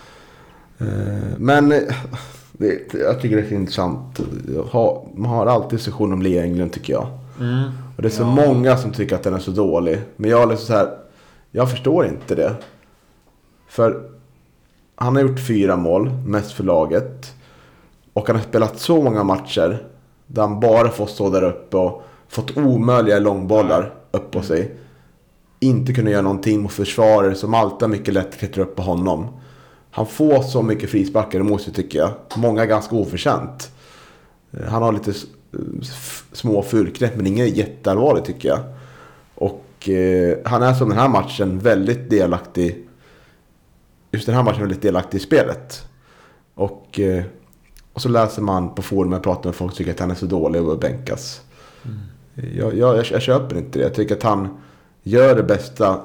Eh, Men eh, det, jag tycker det är intressant. Ha, man har alltid diskussion om Leo Englund tycker jag. Mm. Och det är så Ja. många som tycker att den är så dålig. Men jag är liksom så här, jag förstår inte det. För han har gjort fyra mål, mest för laget. Och han har spelat så många matcher där han bara fått stå där uppe och fått omöjliga långbollar upp på sig. Inte kunna göra någonting mot försvarare som alltid har mycket lätt att klättra upp på honom. Han får så mycket frisparkar emot sig tycker jag. Många ganska oförtjänt. Han har lite s- små fulknäpp men inget jätteallvarligt tycker jag. Och Och eh, han är som den här matchen väldigt delaktig. Just den här matchen är väldigt delaktig i spelet. Och, eh, och så läser man på forum och pratar med folk som tycker att han är så dålig och bänkas. Mm. Jag, jag, jag, jag köper inte det. Jag tycker att han gör det bästa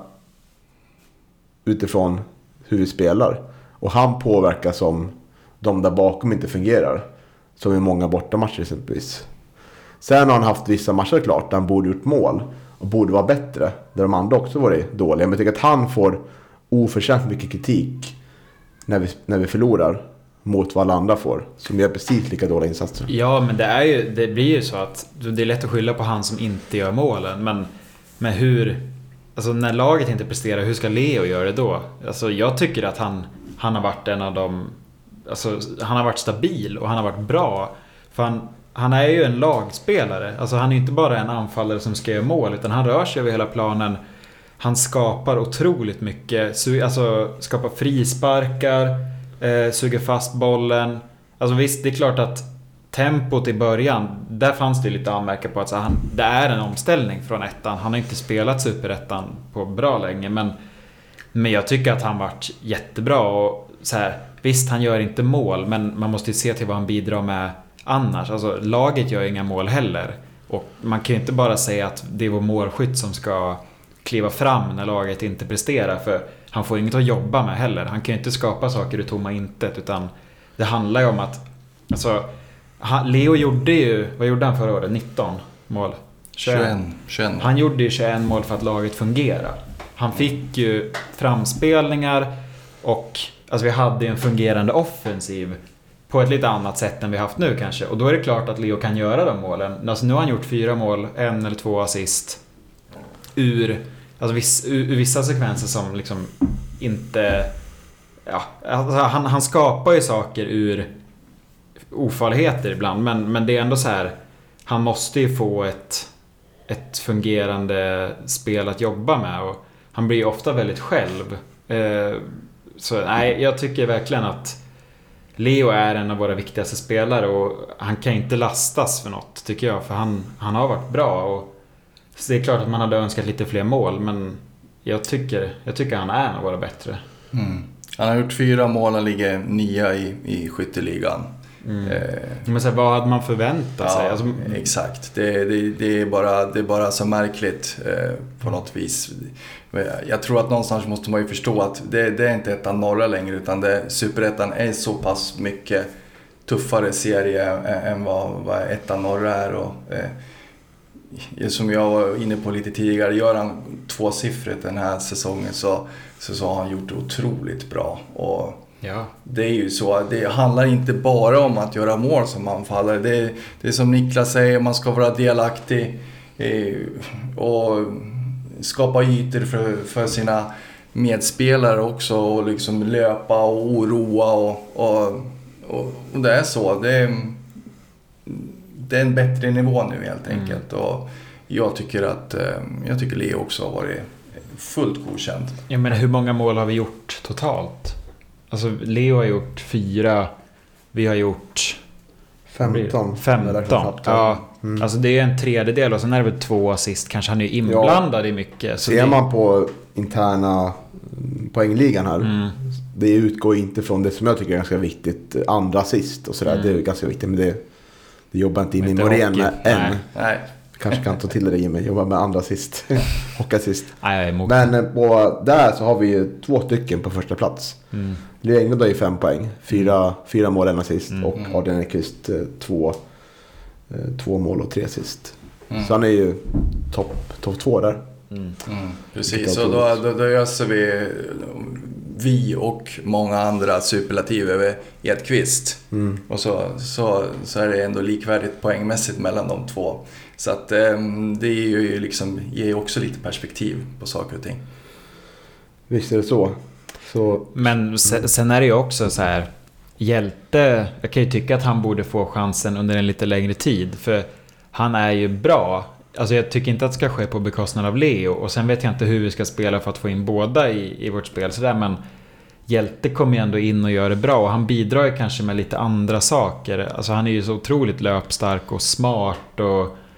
utifrån hur vi spelar. Och han påverkar som de där bakom inte fungerar. Som i många bortamatcher exempelvis. Sen har han haft vissa matcher klart där han borde gjort mål. Och borde vara bättre. Där de andra också varit dåliga. Men jag tycker att han får oförtjänt mycket kritik. När vi, när vi förlorar. Mot vad alla andra får. Som gör precis lika dåliga insatser. Ja, men det, är ju, det blir ju så att det är lätt att skylla på han som inte gör målen. Men, men hur... Alltså när laget inte presterar, hur ska Leo göra det då? Alltså jag tycker att han, han har varit en av de... Alltså han har varit stabil och han har varit bra. För han, han är ju en lagspelare. Alltså han är inte bara en anfallare som ska göra mål. Utan han rör sig över hela planen. Han skapar otroligt mycket. Alltså skapar frisparkar. Eh, suger fast bollen. Alltså visst, det är klart att tempot i början, där fanns det lite anmärka på att så han, det är en omställning från ettan. Han har inte spelat superettan på bra länge, men, men jag tycker att han varit jättebra. Och så här, visst, han gör inte mål, men man måste ju se till vad han bidrar med annars. Alltså, laget gör inga mål heller. Och man kan ju inte bara säga att det är vår målskytt som ska kliva fram när laget inte presterar, för han får inget att jobba med heller. Han kan ju inte skapa saker ur tomma intet, utan det handlar ju om att alltså, han, Leo gjorde ju, vad gjorde han förra året? nitton mål? tjugoett, tjugoett. Han gjorde ju tjugoett mål för att laget fungerar. Han fick ju framspelningar och alltså, vi hade ju en fungerande offensiv på ett lite annat sätt än vi haft nu kanske. Och då är det klart att Leo kan göra de målen. Alltså, nu har han gjort fyra mål, en eller två assist ur, alltså, viss, ur, ur vissa sekvenser som liksom inte... Ja, alltså, han, han skapar ju saker ur ofarligheter ibland, men, men det är ändå så här, han måste ju få ett, ett fungerande spel att jobba med, och han blir ju ofta väldigt själv. Eh, så nej, jag tycker verkligen att Leo är en av våra viktigaste spelare, och han kan inte lastas för något, tycker jag, för han, han har varit bra. Och så det är klart att man hade önskat lite fler mål, men jag tycker, jag tycker han är en av våra bättre. Mm. Han har gjort fyra mål och ligger nia i, i skytteligan. Mm. Eh, men så här, vad hade man förväntat sig? Ja, alltså, exakt. Det, det, det, är bara, det är bara så märkligt eh, på något vis. Jag tror att någonstans måste man ju förstå att det, det är inte ettan norra längre, utan det, superettan är så pass mycket tuffare serie än vad, vad ettan norra är. Och, eh, som jag var inne på lite tidigare, gör han tvåsiffrigt den här säsongen så, så, så har han gjort det otroligt bra. Och ja. Det är ju så, det handlar inte bara om att göra mål som anfallare. Det är, det är som Niklas säger, man ska vara delaktig eh, och skapa ytor för, för sina medspelare också, och liksom löpa och oroa och, och, och, och det är så. Det är, det är en bättre nivå nu helt enkelt. Mm. Och jag tycker att jag tycker Leo också har varit fullt godkänd. Jag menar, hur många mål har vi gjort totalt? Alltså Leo har gjort fyra, vi har gjort femton. femton. Ja, mm. Alltså det är en tredjedel, och sen är det väl två assist. Kanske han är inblandad ja. i mycket. Så ser det... man på interna poängligan här, mm. det utgår inte från det som jag tycker är ganska viktigt, andra assist och sådär. Mm. Det är ganska viktigt, men det, det jobbar inte in i Morén än. Nej. Nej. Kanske kan ta till det i mig, jobba med andra assist och assist. Nej, men på, där så har vi ju två stycken på första plats. Mm. Leo Englund har ju fem poäng, fyra, mm. fyra mål, en assist, mm. och Adrian Ekvist två, två mål och tre assist. Mm. Så han är ju topp top två där. Mm. Mm. Precis, så då, då, då öser vi vi och många andra superlativ över Edqvist. Mm. Och så, så, så är det ändå likvärdigt poängmässigt mellan de två. Så att det är ju liksom, ger också lite perspektiv på saker och ting. Visst är det så. så Men sen, sen är det ju också så här, Hjälte, jag kan ju tycka att han borde få chansen under en lite längre tid, för han är ju bra. Alltså jag tycker inte att det ska ske på bekostnad av Leo, och sen vet jag inte hur vi ska spela för att få in båda i, i vårt spel så där, men Hjälte kommer ju ändå in och gör det bra, och han bidrar ju kanske med lite andra saker. Alltså han är ju så otroligt löpstark och smart, och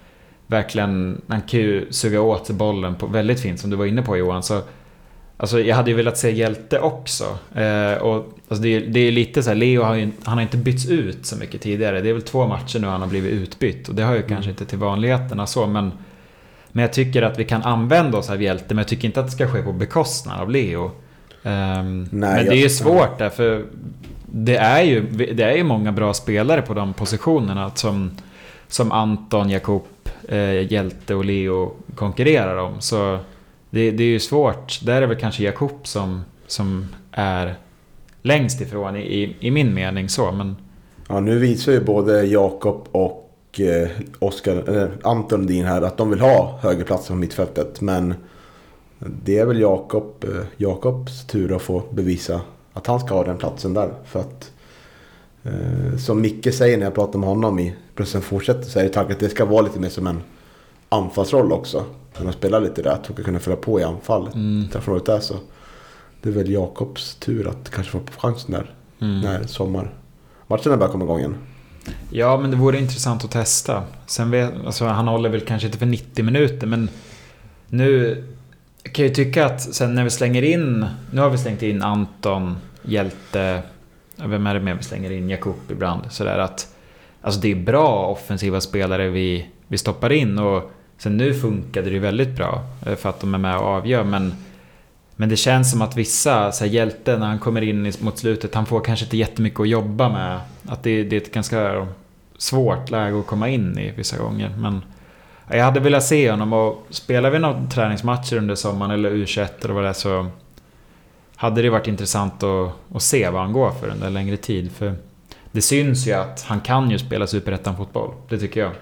verkligen, han kan ju suga åt sig bollen på väldigt fint, som du var inne på, Johan. Så alltså, jag hade ju velat se Hjälte också. Eh, och alltså, det, är, det är lite så här, Leo har ju, han har inte bytts ut så mycket tidigare. Det är väl två matcher nu han har blivit utbytt. Och det har ju mm. kanske inte till vanligheterna så, men, men jag tycker att vi kan använda oss av Hjälte, men jag tycker inte att det ska ske på bekostnad av Leo. Um, Nej, men det är ju svårt där, för det är ju, det är ju många bra spelare på de positionerna som, som Anton, Jakob, eh, Hjälte och Leo konkurrerar om. Så det, det är ju svårt. Där är väl kanske Jakob som, som är längst ifrån i, i, i min mening så, men... Ja, nu visar ju både Jakob och eh, Oskar, eller Anton Din här, att de vill ha högerplatsen på mittfältet, men det är väl Jakob, eh, Jakobs tur att få bevisa att han ska ha den platsen där. För att eh, som Micke säger när jag pratar med honom i processen fortsätter, så är det tanken att det ska vara lite mer som en anfallsroll också. När man spelar lite där, att de ska kunna fylla på i anfall. Mm. Därför där, så det är väl Jakobs tur att kanske få chansen där mm. när sommarmatcherna börjar komma igång igen. Ja, men det vore intressant att testa. Sen vet, alltså, han håller väl kanske inte för nittio minuter, men nu kan jag tycka att sen när vi slänger in, nu har vi slängt in Anton, Hjälte, vem är det med vi slänger in, Jakob ibland, sådär att alltså det är bra offensiva spelare vi, vi stoppar in, och sen nu funkade det väldigt bra för att de är med och avgör, men, men det känns som att vissa, så här, Hjälte när han kommer in mot slutet, han får kanske inte jättemycket att jobba med, att det, det är ett ganska svårt läge att komma in i vissa gånger, men jag hade velat se honom, och spelar vi några träningsmatcher under sommaren eller U tjugoett eller vad det är, så hade det varit intressant att, att se vad han går för under längre tid, för det syns ju att han kan ju spela superettan fotboll, det tycker jag.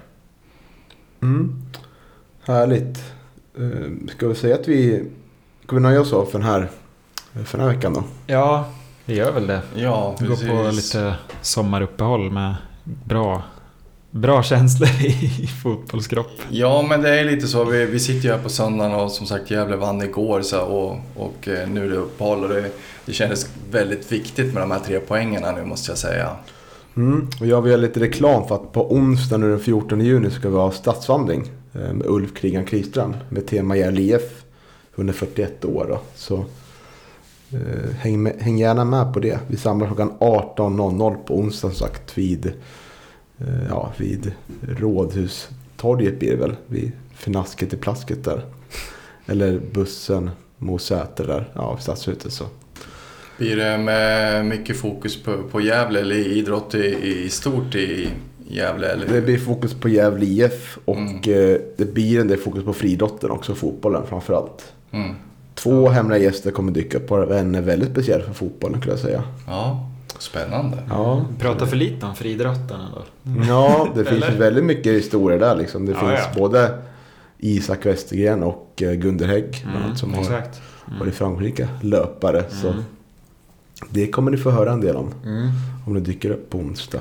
Mm. Härligt. Ska vi säga att vi ska vi nöja oss av för den här, för den här veckan då? Ja, vi gör väl det. Ja, vi går på lite sommaruppehåll med bra Bra känslor i fotbollskropp. Ja, men det är lite så. Vi, vi sitter ju här på söndagen och som sagt Gävle vann igår så, och, och nu är det uppehåll, och det, det kändes väldigt viktigt med de här tre poängerna nu, måste jag säga. Mm. Och jag vill göra lite reklam för att på onsdag nu den fjortonde juni ska vi ha stadsvandring med Ulf Krigan Kristrand med tema Gävle I F hundrafyrtioett år då. Så eh, häng, med, häng gärna med på det. Vi samlar klockan arton noll noll på onsdag, sagt, vid ja, vid Rådhustorget blir det väl, vid Finasket i Plasket där, eller bussen mot Säter där, ja, vid Stadshuset. Så blir det med mycket fokus på, på Gävle eller idrott i, i stort i Gävle? Eller? Det blir fokus på Gävle I F, och mm. eh, det blir en del fokus på friidrotten också, fotbollen framförallt. Mm. Två ja. hemliga gäster kommer dyka på, en är väldigt speciell för fotbollen, skulle jag säga. Ja. Spännande. Ja. Prata för lite om friidrottarna då. Ja, det finns ju väldigt mycket historier där liksom. Det ja, finns ja. både Isak Westergren och Gunder Hägg mm, som har exakt. Mm. varit framgångsrika löpare. Mm. Så det kommer ni få höra en del om. Mm. Om det dyker upp på onsdag.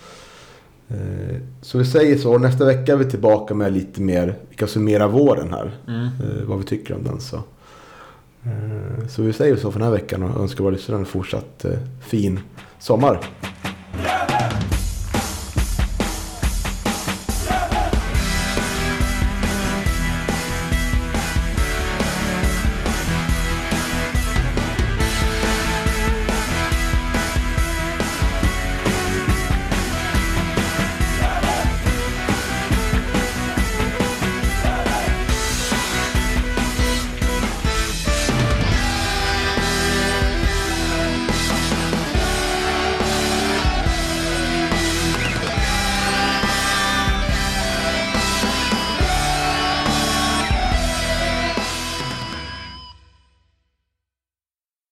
Så vi säger så. Nästa vecka är vi tillbaka med lite mer. Vi kan summera våren här. Mm. Vad vi tycker om den så. Så vi säger så för den här veckan och önskar våra lyssnare en fortsatt fin sommar.